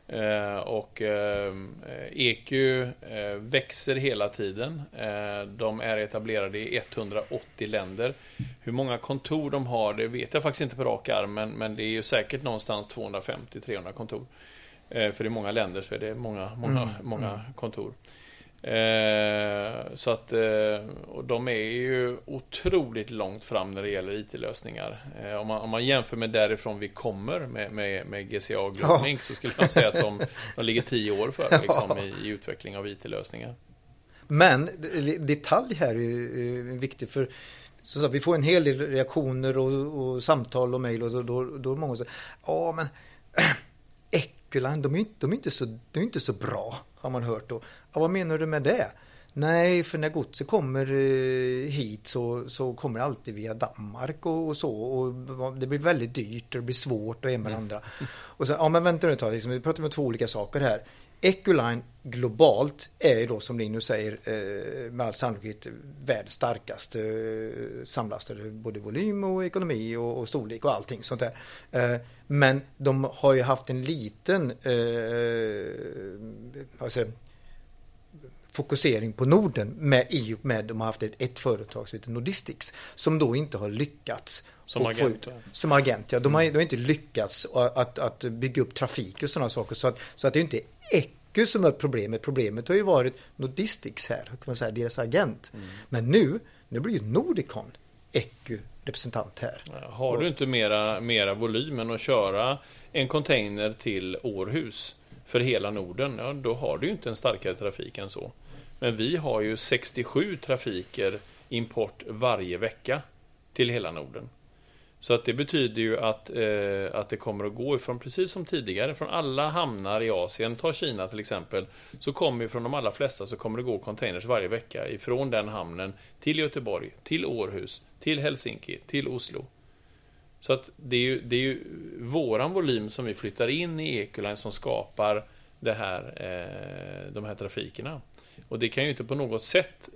Eh, och eh, E Q eh, växer hela tiden. Eh, de är etablerade i etthundraåttio länder. Hur många kontor de har, det vet jag faktiskt inte på rak arm, men, men det är ju säkert någonstans tvåhundrafemtio till trehundra kontor. Eh, för i många länder så är det många, många, Mm. många Mm. kontor. Eh, så att eh, och de är ju otroligt långt fram när det gäller I T-lösningar. Eh, om, man, om man jämför med därifrån vi kommer med, med, med G C A och Globelink, så skulle jag säga att de, de ligger tio år före liksom, i, i utveckling av I T-lösningar. Men d- detalj här är ju eh, viktigt, för så att vi får en hel del reaktioner och, och samtal och mejl, och så, då, då är det många som säger, ja men Eculine, de är inte, de är inte så, de är inte så bra, har man hört då. Ja, vad menar du med det? Nej, för när godset kommer eh, hit så, så kommer det alltid via Danmark och, och så, och det blir väldigt dyrt och det blir svårt och en med mm. andra. Och så, ja men vänta nu ett tag, liksom, vi pratar om två olika saker här. Eculine globalt är ju då, som Linus säger, eh, med all sannolikhet världens starkaste eh, samlastare, både volym och ekonomi och, och storlek och allting sånt där. Eh, men de har ju haft en liten eh, alltså, fokusering på Norden med, i och med de har haft ett, ett företag som heter Nordistics, som då inte har lyckats som agent. Ut, som agent, ja. De har, de har inte lyckats att, att bygga upp trafik och sådana saker, så att, så att det är inte Ecu som är problemet. Problemet har ju varit Nordistics här, kan man säga, deras agent. Mm. Men nu, nu blir ju Nordicon Ecu representant här. Har du inte mera, mera volym än att köra en container till Århus för hela Norden, ja, då har du ju inte en starkare trafik än så. Men vi har ju sextiosju trafiker import varje vecka till hela Norden. Så att det betyder ju att, eh, att det kommer att gå ifrån, precis som tidigare, från alla hamnar i Asien, ta Kina till exempel, så kommer ju från de allra flesta så kommer det gå containers varje vecka ifrån den hamnen till Göteborg, till Århus, till Helsinki, till Oslo. Så att det är ju, det är ju våran volym som vi flyttar in i Eculine som skapar det här, eh, de här trafikerna. Och det kan ju inte på något sätt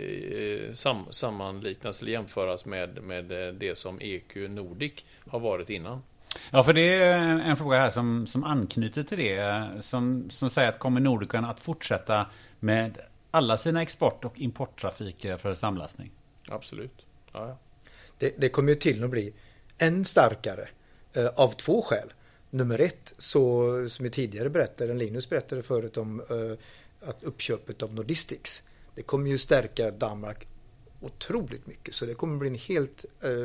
eh, sam, sammanliknas eller jämföras med, med det som E Q Nordic har varit innan. Ja, för det är en, en fråga här som, som anknyter till det. Som, som säger att kommer Nordicon att fortsätta med alla sina export- och importtrafiker för samlastning? Absolut. Ja, ja. Det, det kommer ju till att bli än starkare eh, av två skäl. Nummer ett, så som jag tidigare berättade, Linus berättade förut om eh, att uppköpet av Nordistics, det kommer ju stärka Danmark otroligt mycket, så det kommer bli en helt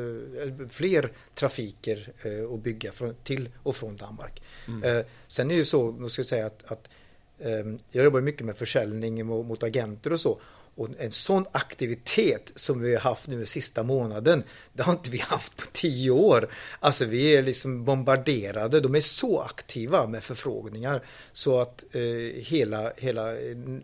eh, fler trafiker eh, att bygga från, till och från Danmark. Mm. Eh, sen är det ju så, man ska säga att, att eh, jag jobbar mycket med försäljning mot, mot agenter och så. Och en sån aktivitet som vi har haft nu den sista månaden, det har inte vi haft på tio år. Alltså vi är liksom bombarderade. De är så aktiva med förfrågningar så att eh, hela, hela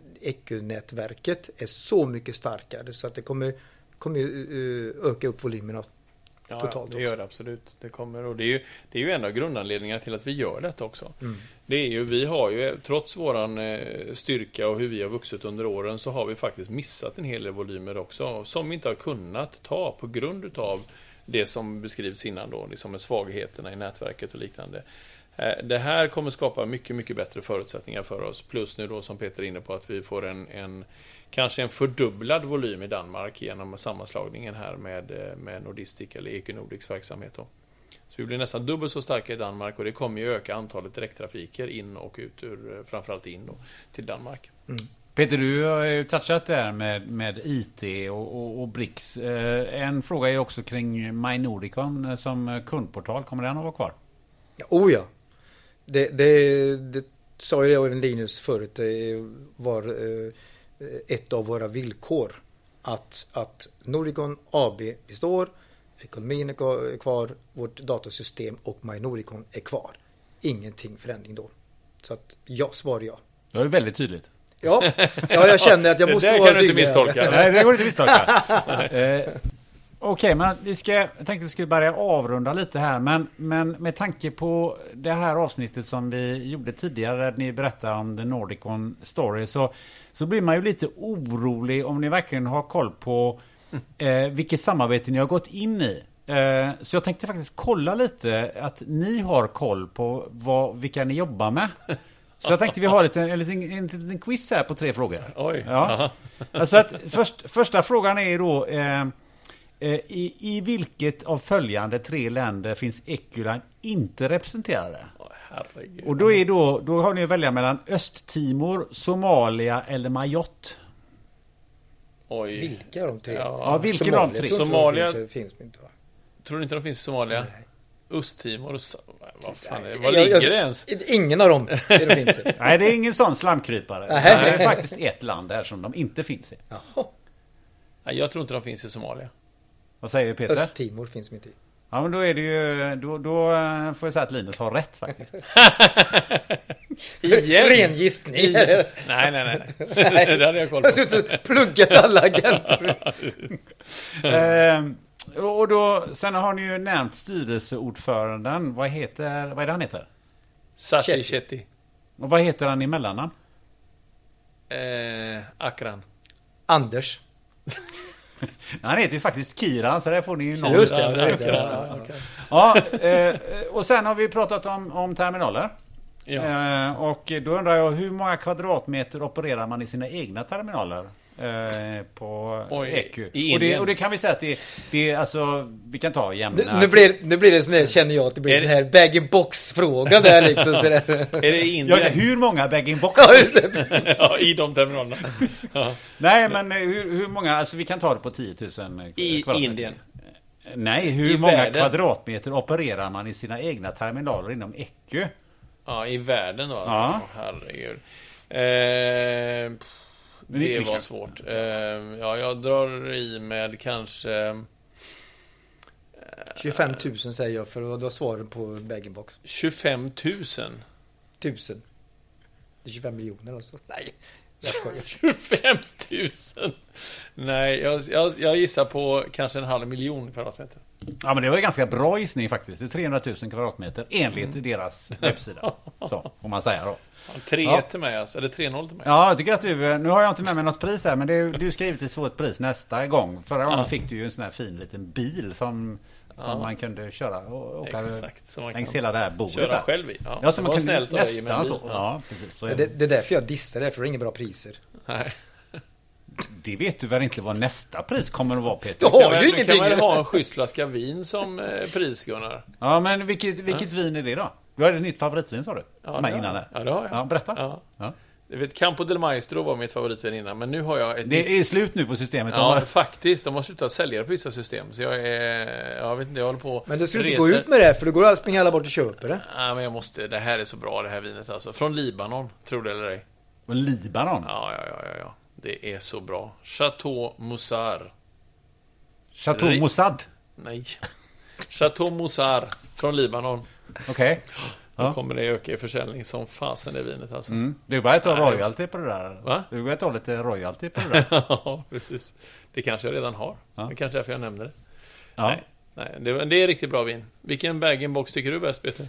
Ecu-nätverket är så mycket starkare så att det kommer, kommer uh, öka upp volymerna totalt. Ja, det gör det absolut. Det kommer, och det är ju, det är ju en av grundanledningarna till att vi gör detta också. Mm. Det är ju, vi har ju, trots våran eh, styrka och hur vi har vuxit under åren, så har vi faktiskt missat en hel del volymer också, som vi inte har kunnat ta på grund utav det som beskrivs innan då, liksom med svagheterna i nätverket och liknande. Eh, det här kommer skapa mycket, mycket bättre förutsättningar för oss. Plus nu då, som Peter är inne på, att vi får en, en kanske en fördubblad volym i Danmark genom sammanslagningen här med, med Nordistic eller Ecu Nordics verksamhet då. Så vi blir nästan dubbelt så starka i Danmark, och det kommer ju öka antalet direkttrafiker in och ut ur, framförallt in då, till Danmark. Mm. Peter, du har ju touchat där med, med I T och, och, och B R I C S. Eh, en fråga är också kring MyNordicon som kundportal. Kommer den att vara kvar? Oh ja. Det, det, det sa ju jag även Linus förut. Det var eh, ett av våra villkor att, att Nordicon A B består, ekonomin är kvar, vårt datasystem och MyNordicon är kvar. Ingenting förändring då. Så att ja, svar ja. Det är väldigt tydligt. Ja, ja, jag känner att jag måste vara tydlig. Det kan du inte misstolka. Nej, det går inte misstolka. eh, Okej, okay, men vi ska, jag tänkte vi skulle börja avrunda lite här, men, men med tanke på det här avsnittet som vi gjorde tidigare, där ni berättade om The Nordicon Story, så, så blir man ju lite orolig om ni verkligen har koll på eh, vilket samarbete ni har gått in i. Eh, så jag tänkte faktiskt kolla lite att ni har koll på vad, vilka ni jobbar med. Så jag tänkte vi har lite, en, liten, en liten quiz här på tre frågor. Oj. Ja. Alltså att först, första frågan är då eh, eh, i, i vilket av följande tre länder finns Eculine inte representerade? Åh, herregud. Och då är då då har ni att välja mellan Östtimor, Somalia eller Mayotte. Oj. Vilka av de tre? Ja, Ja, vilken av de tre? Somalia- Somalia finns inte, va? Tror du inte de finns i Somalia? Nej. Östtimor och... Sa- Vad fan är det? Nej, Var jag- ligger jag- det ens? Ingen av dem det de finns i. Nej, det är ingen sån slamkrypare. Nej. Det är faktiskt ett land där som de inte finns i. Jaha. Nej, jag tror inte de finns i Somalia. Vad säger Peter? Östtimor finns de inte i. Ja, men då är det ju då, då eh, får jag säga att Linus har rätt faktiskt. Igen? Ren gissning. Igen. Nej, nej, nej. nej. Det hade jag koll på. Jag har suttit och pluggat alla agenter. eh, och då sen har ni ju nämnt styrelseordföranden. Vad heter vad är det han heter? Sashi Chetty. Chetty. Och vad heter han i mellannamn? Eh, Akran. Anders. Han heter ju faktiskt Kiran, så där får ni ju någon. Just det, ja, det Ja, vet jag. Akran, Ja, ja, ja. okej. Ja, eh, och sen har vi pratat om, om terminaler. Ja. Eh, och då undrar jag, hur många kvadratmeter opererar man i sina egna terminaler? Eh, på Oj, E Q. i Och det, Indien. och det kan vi säga att det, det är alltså, vi kan ta jämna. Nu, nu, blir, nu blir det sån här, känner jag att det blir Är sån här bag-in-box-fråga där liksom. Så där. Är det i Jag Indien? säger, hur många bag-in-box? Ja, just det. Precis. Ja, i de terminalerna. Ja. Nej, men eh, hur, hur många, alltså vi kan ta det på tio tusen eh, I kvadratmeter. Indien. Nej, hur I många världen. kvadratmeter opererar man i sina egna terminaler inom E Q? Ja, i världen då alltså. Ja. Åh, herregud. Eh, pff, Men det vi- vi var kan- svårt. Eh, ja, jag drar i med kanske tjugofem tusen säger jag, för det var svaret på bag-in-box. tjugofem tusen. Tusen. Det är tjugofem miljoner alltså. Nej, jag skojar. tjugofem tusen. Nej, jag, jag, jag gissar på kanske en halv miljon kvadratmeter. Ja, men det var en ganska bra gissning faktiskt. Det är trehundratusen kvadratmeter enligt deras webbsida. Så, får man säga då. Ja, tre Ja. till mig alltså, eller tre noll till mig. Ja, jag tycker att du, nu har jag inte med mig något pris här, men det, du ska givetvis få ett pris nästa gång. Förra gången Ja. fick du ju en sån här fin liten bil som, som Ja. man kunde köra och åka Exakt, så man längs kan hela det här bordet köra här. själv i. Ja, Ja, så det man var kunde snällt av dig med en nästan bil. så. Ja, precis. Så är Det, det. det är därför jag dissar det, för det är inga bra priser. Nej. det vet du väl inte vad nästa pris kommer att vara, Peter? Ja. Kan Har man, ju du kan ingenting. väl ha en schysst flaska vin som eh, pris, Gunnar? Ja, men vilket, vilket vin är det då? Du har ett nytt favoritvin, sa du? Ja, som det är har innan jag. det. Ja, det har jag. Ja, berätta. Ja. Ja. Jag vet, Campo del Maestro var mitt favoritvin innan, men nu har jag ett nytt. Det är slut nu på systemet. Ja, De- faktiskt. De har slutat sälja det på vissa system. Så jag är... Jag vet inte, jag håller på... Men du skulle inte reser. gå ut med det, för då går att springa alla bort och köper det. Nej, men jag måste... Det här är så bra, det här vinet alltså. Från Libanon, tror det eller ej. Och Libanon. Ja, ja, ja, ja, ja. Det är så bra. Chateau Moussar. Chateau Ri- Mossad. Nej. Chateau Moussar från Libanon. Okej. Då Ja. kommer det öka i försäljning som fasen det vinet alltså. Mm. Du börjar ta Nej. royalty på det där. Va? Du börjar ta lite royalty på det där. Ja, precis. Det kanske jag redan har. Ja. Det kanske är därför jag nämnde det. Ja. Nej, nej det, det är riktigt bra vin. Vilken bag-in-box tycker du bäst, Peter?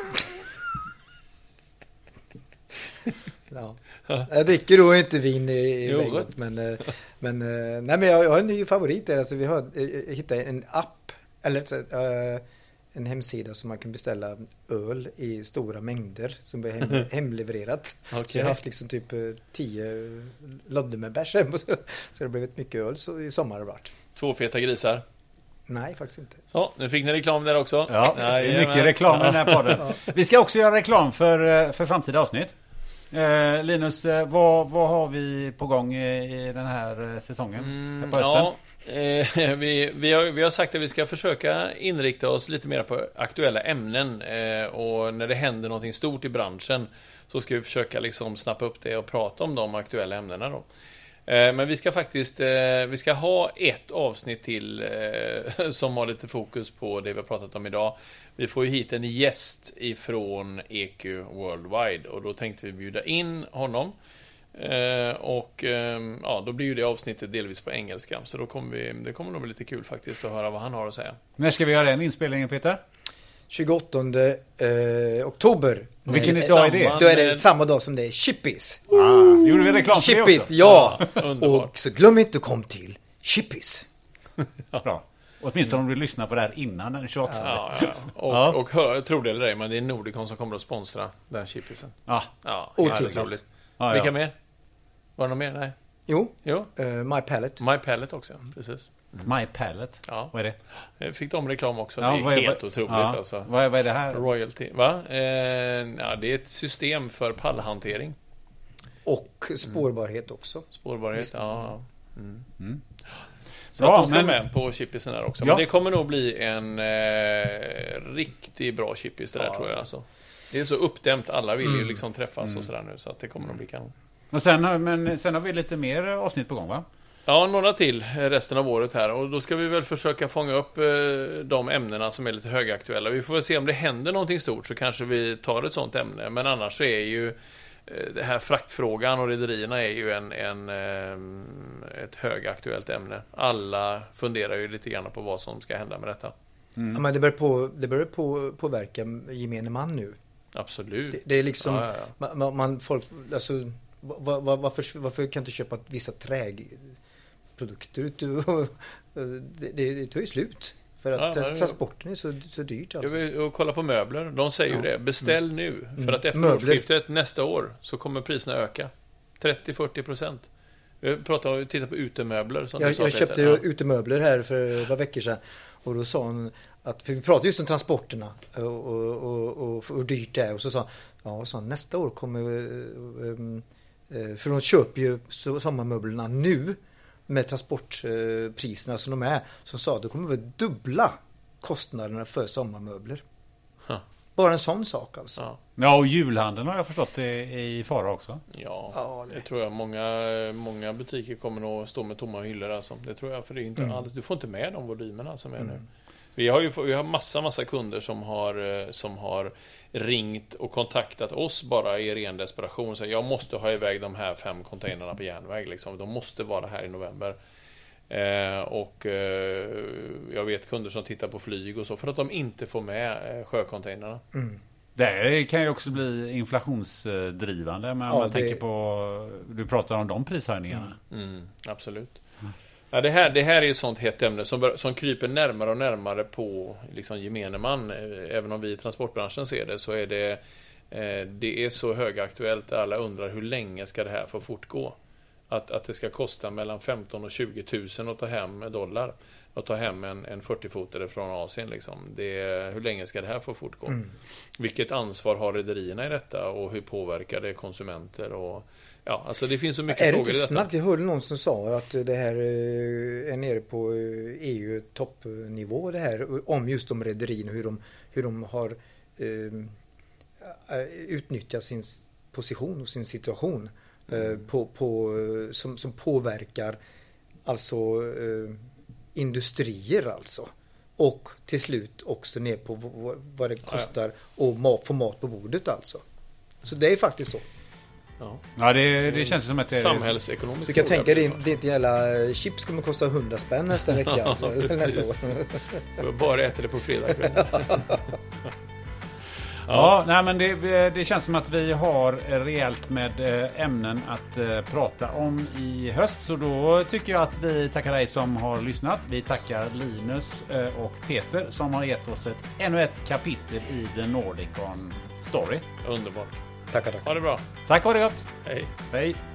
Ja. Jag dricker då inte vin i, i Jo, bag-in, gott. men, eh, men, eh, nej, men jag, jag har en ny favorit där. Alltså, vi har, jag hittade en app, eller äh, en hemsida som man kan beställa öl i stora mängder som blir hem, hemlevererat. Okej. Så jag har haft liksom typ eh, tio lodder med bärs hem, och så, så det har blivit mycket öl så i sommar har det varit. Två feta grisar. Nej, faktiskt inte. Så, nu fick ni reklam där också. Ja, det är Jajamän. mycket reklam i den här Ja. podden. Vi ska också göra reklam för, för framtida avsnitt. Eh, Linus, eh, vad, vad har vi på gång i, i den här eh, säsongen? Mm, på hösten? ja, eh, vi, vi, har, vi har sagt att vi ska försöka inrikta oss lite mer på aktuella ämnen. Eh, och när det händer någonting stort i branschen så ska vi försöka liksom snappa upp det och prata om de aktuella ämnena då. Eh, men vi ska faktiskt eh, vi ska ha ett avsnitt till eh, som har lite fokus på det vi har pratat om idag. Vi får ju hit en gäst ifrån E Q Worldwide och då tänkte vi bjuda in honom. Eh, och eh, ja, då blir ju det avsnittet delvis på engelska. Så då kommer vi, det kommer nog bli lite kul faktiskt att höra vad han har att säga. När ska vi göra den inspelningen, Peter? tjugoåttonde eh, oktober. Vilken Nej, dag är det? Då är det med- samma dag som det är Chippies. Ah, gjorde vi reklam för det Chippies, också? ja! Underbart. Och så glöm inte att kom till Chippies. Bra. Åtminstone om du lyssnar på det här innan den tjugoåttonde. Ja, ja. Och, Ja. och hör, tror det eller ej, men det är Nordicon som kommer att sponsra den chippisen. Ja. Ja, Otroligt. helt otroligt. Ja, Vilka ja. mer? Var det något mer? Nej. Jo, Jo, uh, My Palette. My Palette också, precis. My Palette. Ja. Vad är det? Jag fick de reklam också. Ja, det är vad helt vad- otroligt ja. alltså. Vad, är, vad är det här? Royalty. Va? Eh, ja, det är ett system för pallhantering. Och spårbarhet också. Spårbarhet, Visst. ja. Mm. Mm. Så Bra, att de ska men- med på chippisen här också. Ja. Men det kommer nog bli en eh, riktigt bra chippis det där Ja. tror jag alltså. Det är så uppdämt, alla vill ju Mm. liksom träffas Mm. och sådär nu. Så att det kommer nog bli kanon. Och sen, har- men sen har vi lite mer avsnitt på gång, va? Ja, några till resten av året här. Och då ska vi väl försöka fånga upp eh, de ämnena som är lite högaktuella. Vi får väl se om det händer någonting stort så kanske vi tar ett sånt ämne. Men annars så är ju eh, det här fraktfrågan och rederierna är ju en, en, eh, ett högaktuellt ämne. Alla funderar ju lite grann på vad som ska hända med detta. Mm. Ja, men det börjar, på, det börjar på, påverka gemene man nu. Absolut. Det, det är liksom, Ja, ja, ja. Man, man, man folk, alltså, var, var, varför, varför kan du inte köpa vissa träprodukter? Du, det, det, det tar ju slut. För att Ja, ja, ja. transporten är så, så dyrt. Jag Alltså. vill och kolla på möbler. De säger ju Ja. det. Beställ nu. För Mm. att efter Möbler. årsskiftet nästa år så kommer priserna öka. trettio till fyrtio procent. Vi pratar titta på utemöbler. Som Jag, du sa, jag Peter. köpte Ja. utemöbler här för några veckor sedan. Och då sa hon att, för vi pratade just om transporterna och, och, och, och hur dyrt det är. Och så sa ja, så nästa år kommer, um, uh, för de köper ju så, sommarmöblerna nu med transportpriserna som de är. Som sa att det kommer vi dubbla kostnaderna för sommarmöbler. Huh. Bara en sån sak alltså. Ja. Ja, och julhandeln har jag förstått är i fara också. Ja, Ja, det det- tror jag. Många, många butiker kommer nog stå med tomma hyllor. Alltså. Det tror jag, för det är inte Mm. alls, du får inte med de volymerna som är nu. Mm. Vi har ju vi har massa, massa kunder som har, eh, som har ringt och kontaktat oss bara i ren desperation. Så jag måste ha iväg de här fem containrarna på järnväg. Liksom. De måste vara här i november. Eh, och eh, jag vet kunder som tittar på flyg och så för att de inte får med eh, sjöcontainrarna. Mm. Det kan ju också bli inflationsdrivande. Men om Ja, man det- tänker på, du pratar om de prishöjningarna. Mm, absolut. Ja, det, här, det här är ju ett sånt hett ämne som, bör, som kryper närmare och närmare på liksom, gemene man. Eh, Även om vi i transportbranschen ser det så är det, eh, det är så högaktuellt. Alla undrar hur länge ska det här få fortgå. Att, att det ska kosta mellan femton och tjugo tusen att ta hem dollar. Att ta hem en, en fyrtio-fotare från Asien. Liksom. Det är, hur länge ska det här få fortgå? Mm. Vilket ansvar har rederierna i detta? Och hur påverkar det konsumenter? Och, ja, alltså det finns så mycket Är det frågor inte i detta. snabbt? Jag hörde någon som sa att det här eh, är nere på eh, E U-toppnivå det här om just de rederierna hur de, hur de har eh, utnyttjat sin position och sin situation eh, på, på, som, som påverkar alltså eh, industrier alltså. Och till slut också ner på vad, vad det kostar att mat, få mat på bordet alltså. Så det är faktiskt så. Ja. Ja, det, det känns som att det är... Samhällsekonomisk Du kan fråga tänka blir dig, det det är inte jävla chips kommer kosta hundra spänn nästa vecka. Alltså, eller nästa år. så. Jag bara äter det på fredag kväll. Ja, nej, men det, det känns som att vi har rejält med eh, ämnen att eh, prata om i höst. Så då tycker jag att vi tackar dig som har lyssnat. Vi tackar Linus eh, och Peter som har gett oss ett, ännu ett kapitel i The Nordicon Story. Underbart. Tackar, tackar. Ha det bra. Tack, ha det gott! Hej. Hej!